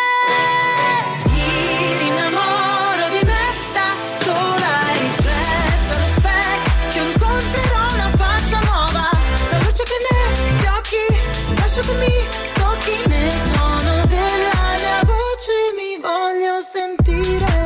Speaker 7: Mi rinnamoro di me da sola e riflessa allo specchio. Incontrerò una faccia nuova, la luce che negli occhi. Lascio che mi tocchi nel suono della mia voce, mi voglio sentire.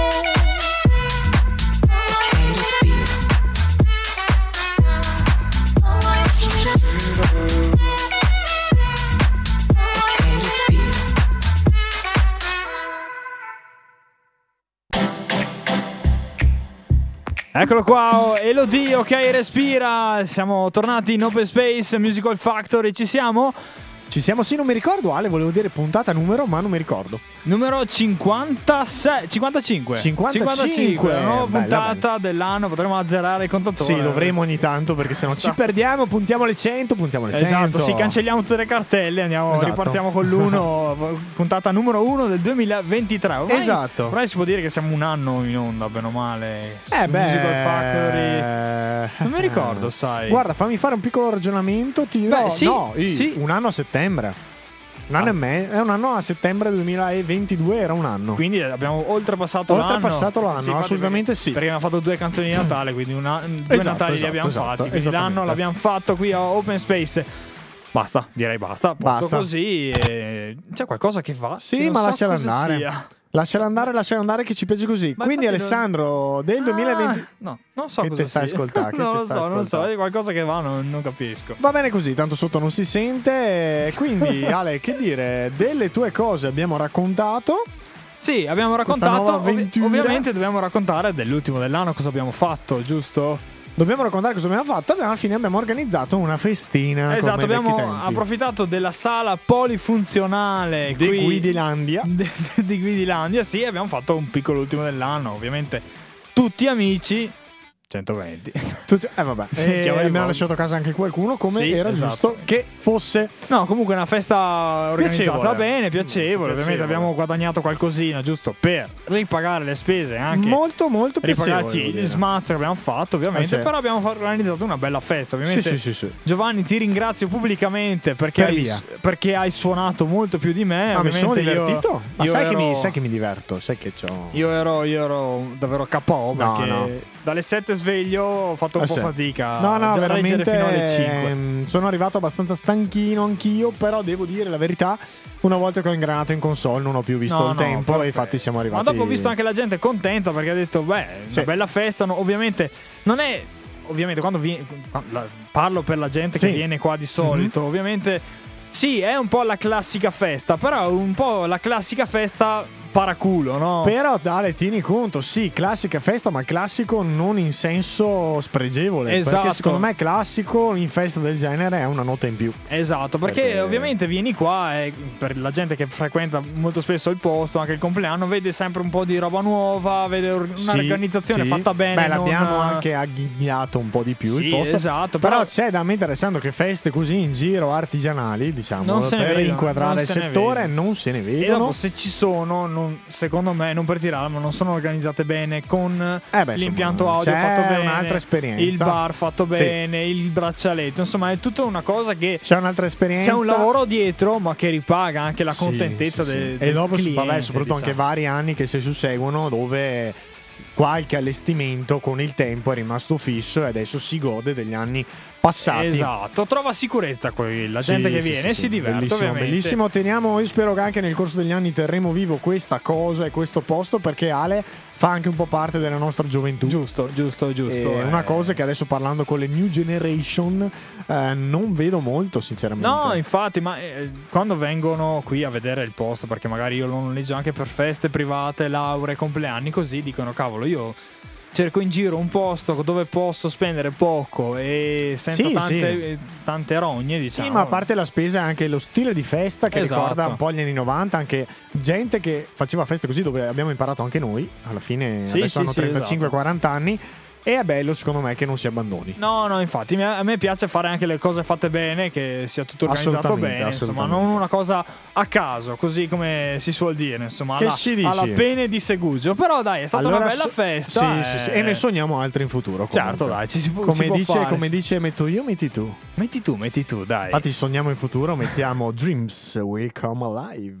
Speaker 2: Eccolo qua, Elodie, ok, respira. Siamo tornati in Open Space Musical Factory, ci siamo?
Speaker 3: Ci siamo, sì, non mi ricordo, Ale, volevo dire puntata numero, ma non mi ricordo.
Speaker 2: Numero 55. 55, la nuova puntata dell'anno, potremo azzerare il contatore.
Speaker 3: Sì, dovremo ogni tanto, perché sennò ci perdiamo, puntiamo le 100,
Speaker 2: Esatto, sì, cancelliamo tutte le cartelle, andiamo, ripartiamo con l'1, puntata numero 1 del 2023. Ormai,
Speaker 3: esatto.
Speaker 2: Ormai si può dire che siamo un anno in onda, bene o male, Musical Factory. Non mi ricordo, sai.
Speaker 3: Guarda, fammi fare un piccolo ragionamento, ti dirò, sì. Un anno a settembre. Un anno e mezzo, è un anno a settembre 2022, era un anno.
Speaker 2: Quindi abbiamo oltrepassato l'anno,
Speaker 3: sì, assolutamente sì.
Speaker 2: Perché abbiamo fatto 2 canzoni di Natale, quindi due Natali li abbiamo fatti. Quindi l'anno l'abbiamo fatto qui a Open Space. Basta, direi basta. Posto così. C'è qualcosa che fa?
Speaker 3: Sì, ma lasciala andare. Lasciala andare che ci piace così. Ma quindi Alessandro del 2020.
Speaker 2: No, non so
Speaker 3: che
Speaker 2: cosa
Speaker 3: te stai ascoltando.
Speaker 2: Non lo so, è qualcosa che va, non capisco.
Speaker 3: Va bene così, tanto sotto non si sente. Quindi Ale, che dire, delle tue cose abbiamo raccontato.
Speaker 2: Sì, abbiamo raccontato. Ovviamente dobbiamo raccontare dell'ultimo dell'anno cosa abbiamo fatto, giusto?
Speaker 3: Dobbiamo raccontare cosa abbiamo fatto. Alla fine abbiamo organizzato una festina.
Speaker 2: Esatto, abbiamo approfittato della sala polifunzionale
Speaker 3: di Guidilandia.
Speaker 2: Di Guidilandia, sì, abbiamo fatto un piccolo ultimo dell'anno. Ovviamente tutti amici. 120.
Speaker 3: Vabbè. Mi ha lasciato a casa anche qualcuno, come era giusto che fosse.
Speaker 2: No, comunque una festa organizzata bene, piacevole. Ovviamente abbiamo guadagnato qualcosina, giusto per ripagare le spese, anche
Speaker 3: molto piacevole.
Speaker 2: Ripagarci il smazzo che abbiamo fatto, ovviamente. Però abbiamo organizzato una bella festa, ovviamente.
Speaker 3: Sì.
Speaker 2: Giovanni, ti ringrazio pubblicamente perché hai suonato molto più di me.
Speaker 3: Mi sono divertito. Ma sai che mi diverto, sai che c'ho.
Speaker 2: Io ero davvero KO perché dalle 7 sveglio, ho fatto un po' fatica.
Speaker 3: No, veramente
Speaker 2: fino alle 5.
Speaker 3: Sono arrivato abbastanza stanchino anch'io, però devo dire la verità, una volta che ho ingranato in console non ho più visto il tempo, perfetto. E infatti siamo arrivati.
Speaker 2: Ma dopo ho visto anche la gente contenta perché ha detto, una bella festa, ovviamente non è... Ovviamente quando parlo per la gente che viene qua di solito, ovviamente sì, è un po' la classica festa, però un po' la classica festa paraculo, no?
Speaker 3: Però dale, tieni conto, sì, classica festa, ma classico non in senso spregevole.
Speaker 2: Esatto.
Speaker 3: Perché secondo me classico in festa del genere è una nota in più.
Speaker 2: Esatto, perché ovviamente vieni qua e per la gente che frequenta molto spesso il posto, anche il compleanno, vede sempre un po' di roba nuova, vede un'organizzazione fatta bene.
Speaker 3: Beh, l'abbiamo anche agghigliato un po' di più il posto.
Speaker 2: Esatto,
Speaker 3: però c'è da ammettere, essendo che feste così in giro artigianali, diciamo,
Speaker 2: non se ne
Speaker 3: per
Speaker 2: vedono,
Speaker 3: inquadrare il settore, non se ne vedono.
Speaker 2: E dopo, se ci sono, secondo me, non per tirare, ma non sono organizzate bene con l'impianto audio fatto bene,
Speaker 3: un'altra esperienza,
Speaker 2: il bar fatto bene, il braccialetto, insomma è tutta una cosa che
Speaker 3: c'è un'altra esperienza,
Speaker 2: c'è un lavoro dietro, ma che ripaga anche la contentezza del
Speaker 3: e dopo
Speaker 2: cliente,
Speaker 3: soprattutto anche vari anni che si susseguono dove qualche allestimento con il tempo è rimasto fisso e adesso si gode degli anni passati.
Speaker 2: Esatto, trova sicurezza qui la gente che viene e si diverte,
Speaker 3: bellissimo,
Speaker 2: ovviamente.
Speaker 3: Bellissimo, io spero che anche nel corso degli anni terremo vivo questa cosa e questo posto, perché Ale fa anche un po' parte della nostra gioventù.
Speaker 2: Giusto.
Speaker 3: È una cosa che adesso, parlando con le new generation, non vedo molto, sinceramente.
Speaker 2: No, infatti, ma quando vengono qui a vedere il posto, perché magari io lo noleggio anche per feste private, lauree, compleanni, così dicono: cavolo, io cerco in giro un posto dove posso spendere poco e senza tante rogne, diciamo.
Speaker 3: Sì, ma a parte la spesa, anche lo stile di festa che ricorda un po' gli anni 90, anche gente che faceva feste così, dove abbiamo imparato anche noi, alla fine adesso hanno 35-40 anni. E è bello, secondo me, che non si abbandoni.
Speaker 2: No, infatti, a me piace fare anche le cose fatte bene, che sia tutto organizzato bene, insomma, non una cosa a caso, così come si suol dire, insomma, alla pene di Segugio. Però dai, è stata una bella festa.
Speaker 3: Sì. E ne sogniamo altre in futuro. Comunque.
Speaker 2: Certo, dai, si può fare.
Speaker 3: Come dice, metto io, metti tu.
Speaker 2: Metti tu, dai.
Speaker 3: Infatti sogniamo in futuro, mettiamo Dreams Will Come Alive.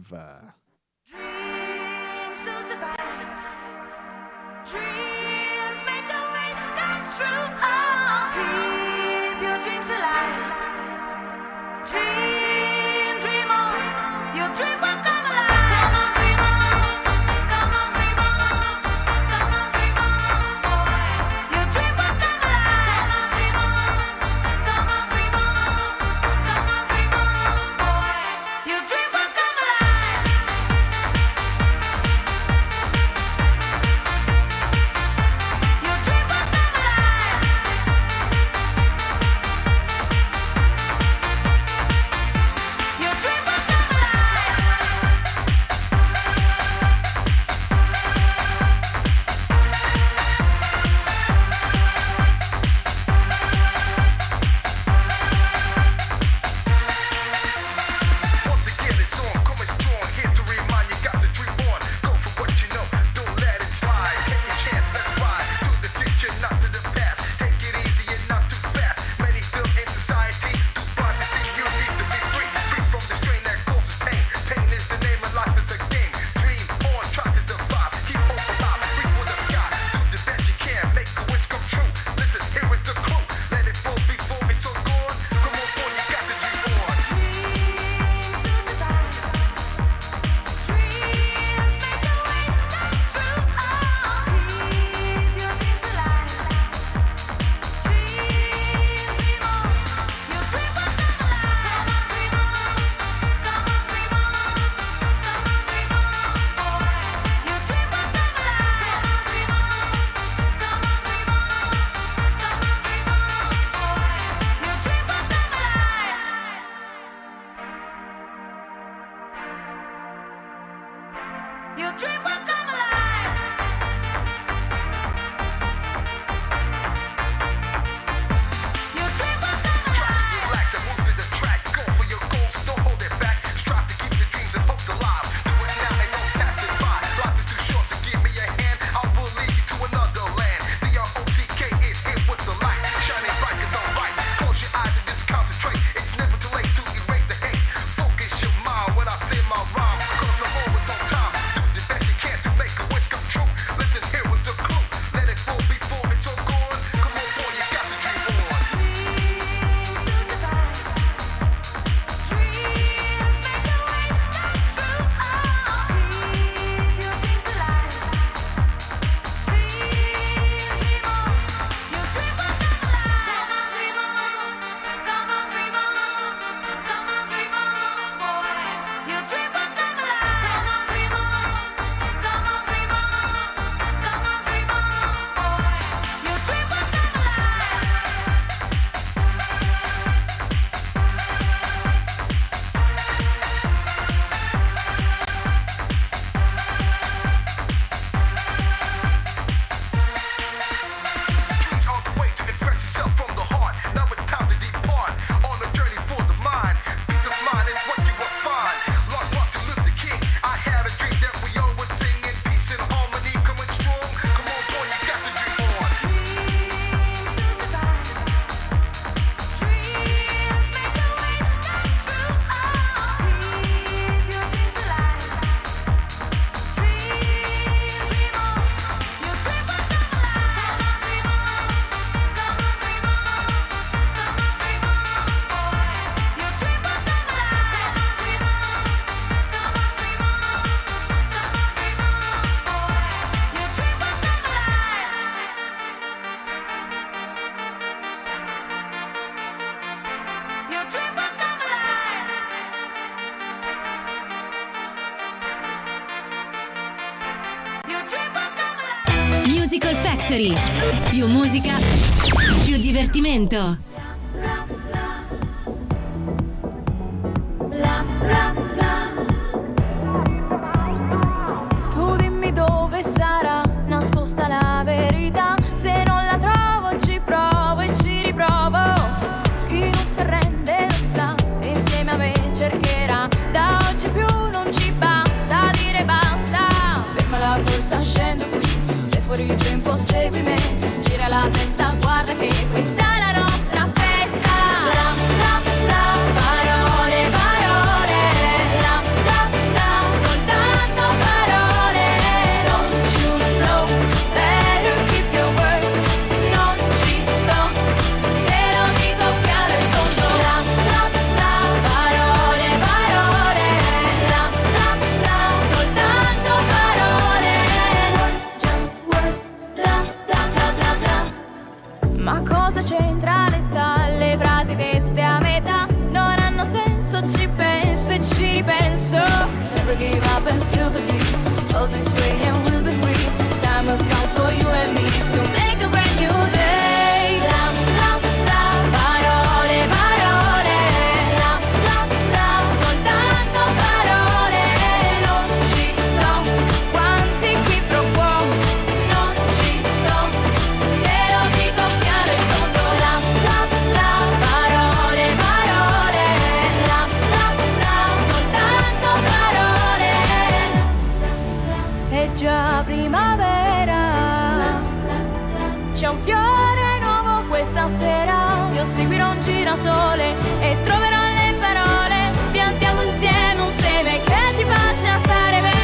Speaker 4: When I say my rhyme, cause I'm always on time. Do the best you can to
Speaker 5: Musical Factory. Più musica, più divertimento.
Speaker 8: Tu dimmi dove sarà nascosta la verità. Se non la trovo ci provo e ci riprovo. Chi non si arrende lo sa, insieme a me cercherà. Da oggi più non ci basta dire basta. Ferma la corsa, scendo qui. Se fuori tempo segui me. Gira la testa, guarda che questa è la nostra festa. La, la, la, parole, parole. La, la, la, soltanto parole. Don't you know, better keep your word. Non ci sto, te lo dico chiaro e tondo. La, la, la, parole, parole. La, la, la, soltanto parole. Words, just words. La, la, la, la, la. Ma cosa c'entra l'età? Le frasi dette a metà non hanno senso, ci penso e ci ripenso. Never give up and feel the beat. All this way and we'll be free. Time has come for you and me to make a brand new day. La, la, la, parole, parole. La, la, la, soltanto parole. Non ci sto, quanti qui pro quo. Non ci sto, te lo dico chiaro e tondo. La, la, la, parole, parole. La, la, la, soltanto parole. È già primavera, c'è un fiore nuovo questa sera. Io seguirò un girasole e troverò le parole. Piantiamo insieme un seme che ci faccia stare bene.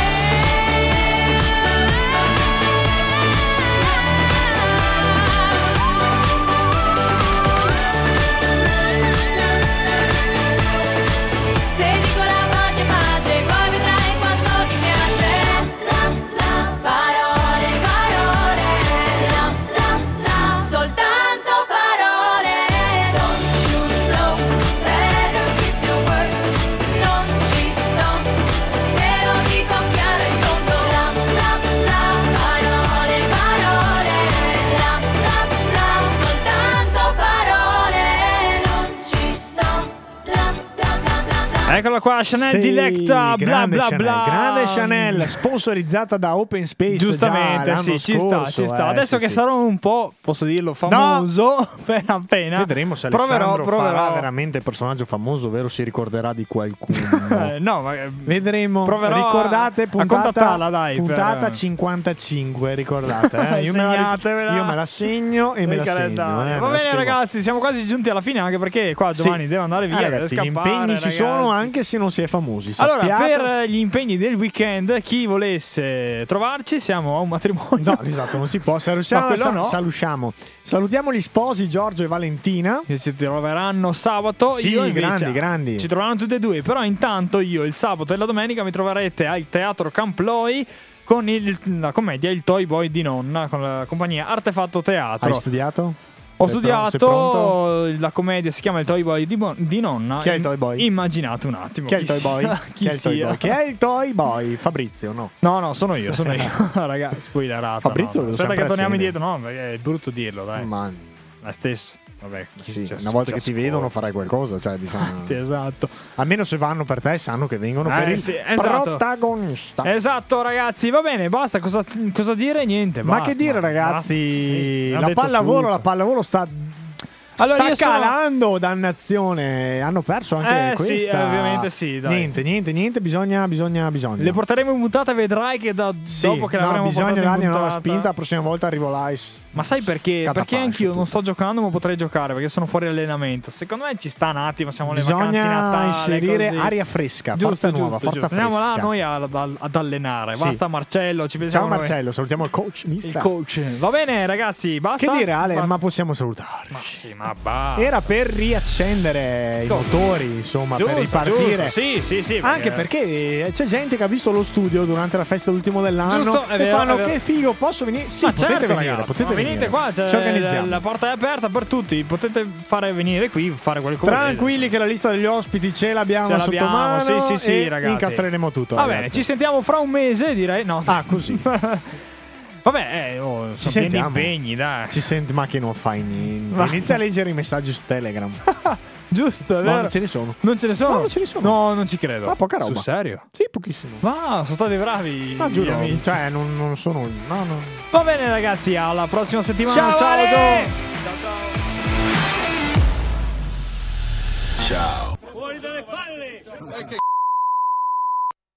Speaker 8: Se dico la pace, pace, poi vedrai quanto ti piace. La, la, parole, parole. La, la, la, soltanto parole. Don't you know, better keep your word. Non ci sto, te lo dico chiaro e tondo. La, la, la, parole, parole. La, la, la, soltanto parole. Non ci sto. La, la, la, la, la.
Speaker 2: Eccola qua, Chanel Dilecta, bla bla
Speaker 3: Chanel,
Speaker 2: bla.
Speaker 3: grande Chanel, sponsorizzata da Open Space.
Speaker 2: Giustamente,
Speaker 3: già
Speaker 2: sì, ci
Speaker 3: scorso,
Speaker 2: sta. Adesso
Speaker 3: sì,
Speaker 2: che
Speaker 3: sì.
Speaker 2: sarò un po', posso dirlo, famoso, appena appena.
Speaker 3: Vedremo se Alessandro farà veramente il personaggio famoso, ovvero si ricorderà di qualcuno.
Speaker 2: No, ma
Speaker 3: Vedremo.
Speaker 2: proverò
Speaker 3: Ricordate,
Speaker 2: a
Speaker 3: puntata,
Speaker 2: contattarla, dai,
Speaker 3: puntata
Speaker 2: per-
Speaker 3: 55, ricordate. Io me la segno e me la segno.
Speaker 2: Va bene ragazzi, siamo quasi giunti alla fine, anche perché qua Giovanni deve andare via, deve
Speaker 3: ragazzi,
Speaker 2: scappare,
Speaker 3: gli impegni
Speaker 2: ragazzi.
Speaker 3: ci sono anche se non si è famosi.
Speaker 2: Allora,
Speaker 3: sappiate.
Speaker 2: per gli impegni del weekend, chi volesse trovarci, siamo a un matrimonio.
Speaker 3: No, esatto, non si può.
Speaker 2: Ma quello no.
Speaker 3: Salutiamo gli sposi Giorgio e Valentina,
Speaker 2: che si troveranno sabato.
Speaker 3: Sì,
Speaker 2: io invece
Speaker 3: grandi.
Speaker 2: ci troveranno tutti e due. Però intanto io il sabato e la domenica mi troverete al Teatro Camploi con la commedia Il Toy Boy di Nonna, con la compagnia Artefatto Teatro.
Speaker 3: Hai studiato?
Speaker 2: Ho
Speaker 3: Sei
Speaker 2: studiato
Speaker 3: pronto?
Speaker 2: la commedia, si chiama Il Toy Boy di Nonna.
Speaker 3: Chi è il Toy Boy?
Speaker 2: Immaginate un attimo.
Speaker 3: Chi è il Toy Boy?
Speaker 2: Chi sia.
Speaker 3: Chi è il Toy Boy? Fabrizio, no?
Speaker 2: No, sono io. Ragazzi, spoilerata.
Speaker 3: Fabrizio
Speaker 2: no.
Speaker 3: lo
Speaker 2: Aspetta che
Speaker 3: sempre
Speaker 2: torniamo
Speaker 3: assieme.
Speaker 2: indietro. No, è brutto dirlo, dai.
Speaker 3: Ma
Speaker 2: Ma stesso. Vabbè,
Speaker 3: sì, una volta che ti vedono farai qualcosa, cioè diciamo.
Speaker 2: Esatto.
Speaker 3: Almeno se vanno per te sanno che vengono per il
Speaker 2: sì, esatto.
Speaker 3: protagonista.
Speaker 2: Esatto, ragazzi, va bene, basta. Cosa dire? Niente.
Speaker 3: Ma
Speaker 2: basta,
Speaker 3: che dire,
Speaker 2: basta.
Speaker 3: ragazzi?
Speaker 2: Sì,
Speaker 3: la
Speaker 2: hanno detto
Speaker 3: pallavolo sta
Speaker 2: Allora, io sono-
Speaker 3: calando, dannazione. Hanno perso anche
Speaker 2: sì,
Speaker 3: questa.
Speaker 2: ovviamente sì, dai.
Speaker 3: Niente, bisogna.
Speaker 2: Le porteremo in puntata, vedrai che dopo che l'avremo
Speaker 3: bisogna
Speaker 2: portata in
Speaker 3: dargli una nuova
Speaker 2: puntata-
Speaker 3: spinta. La prossima volta arrivo là.
Speaker 2: Ma sai perché?
Speaker 3: Catafascio
Speaker 2: Perché anch'io non
Speaker 3: tutto.
Speaker 2: sto giocando, ma potrei giocare perché sono fuori allenamento. Secondo me ci sta un attimo, siamo alle vacanze di
Speaker 3: Bisogna
Speaker 2: Natale,
Speaker 3: inserire
Speaker 2: così.
Speaker 3: aria fresca,
Speaker 2: Giusto,
Speaker 3: forza nuova,
Speaker 2: giusto,
Speaker 3: forza
Speaker 2: giusto.
Speaker 3: fresca.
Speaker 2: Andiamo là noi ad allenare.
Speaker 3: Sì.
Speaker 2: Basta Marcello, ci pensiamo
Speaker 3: Ciao
Speaker 2: noi.
Speaker 3: Marcello, salutiamo il coach
Speaker 2: Il
Speaker 3: mister.
Speaker 2: coach. Va bene, ragazzi, basta.
Speaker 3: Che dire, Ale?
Speaker 2: Basta.
Speaker 3: Ma possiamo salutare.
Speaker 2: Ma sì, ma basta.
Speaker 3: Era per riaccendere
Speaker 2: Cosa?
Speaker 3: i motori, insomma,
Speaker 2: Giusto,
Speaker 3: per ripartire.
Speaker 2: giusto. Sì.
Speaker 3: Anche perché c'è gente che ha visto lo studio durante la festa dell'ultimo dell'anno
Speaker 2: Giusto, è
Speaker 3: e
Speaker 2: vero,
Speaker 3: fanno
Speaker 2: è vero.
Speaker 3: che figo, posso venire? Sì,
Speaker 2: Ma
Speaker 3: potete
Speaker 2: certo,
Speaker 3: venire,
Speaker 2: ragazzi,
Speaker 3: potete
Speaker 2: ma
Speaker 3: venire.
Speaker 2: venite qua,
Speaker 3: Ci organizziamo.
Speaker 2: la porta è aperta per tutti, potete fare venire qui, fare qualcosa.
Speaker 3: Tranquilli che la lista degli ospiti ce l'abbiamo
Speaker 2: Ce
Speaker 3: sotto
Speaker 2: l'abbiamo,
Speaker 3: mano.
Speaker 2: sì,
Speaker 3: e
Speaker 2: ragazzi.
Speaker 3: incastreremo tutto.
Speaker 2: Va
Speaker 3: ragazzi.
Speaker 2: bene, ci sentiamo fra un mese, direi. No.
Speaker 3: Ah, così.
Speaker 2: Vabbè,
Speaker 3: ci
Speaker 2: sono pieni
Speaker 3: sentiamo.
Speaker 2: impegni, dai.
Speaker 3: Ci senti, ma che non fai niente. Inizia a leggere i messaggi su Telegram.
Speaker 2: Giusto, è vero.
Speaker 3: No, non ce ne sono.
Speaker 2: Non ce ne sono?
Speaker 3: No, non ce ne sono.
Speaker 2: No, non ci credo.
Speaker 3: Ma poca roba.
Speaker 2: Sul serio?
Speaker 3: Sì, pochissimo.
Speaker 2: Ma sono stati bravi.
Speaker 3: Ma giuro,
Speaker 2: gli amici.
Speaker 3: cioè non sono. No.
Speaker 2: Va bene, ragazzi, alla prossima settimana.
Speaker 3: Ciao, Ale!
Speaker 2: Gio.
Speaker 4: Ciao.
Speaker 9: Fuori dalle palle!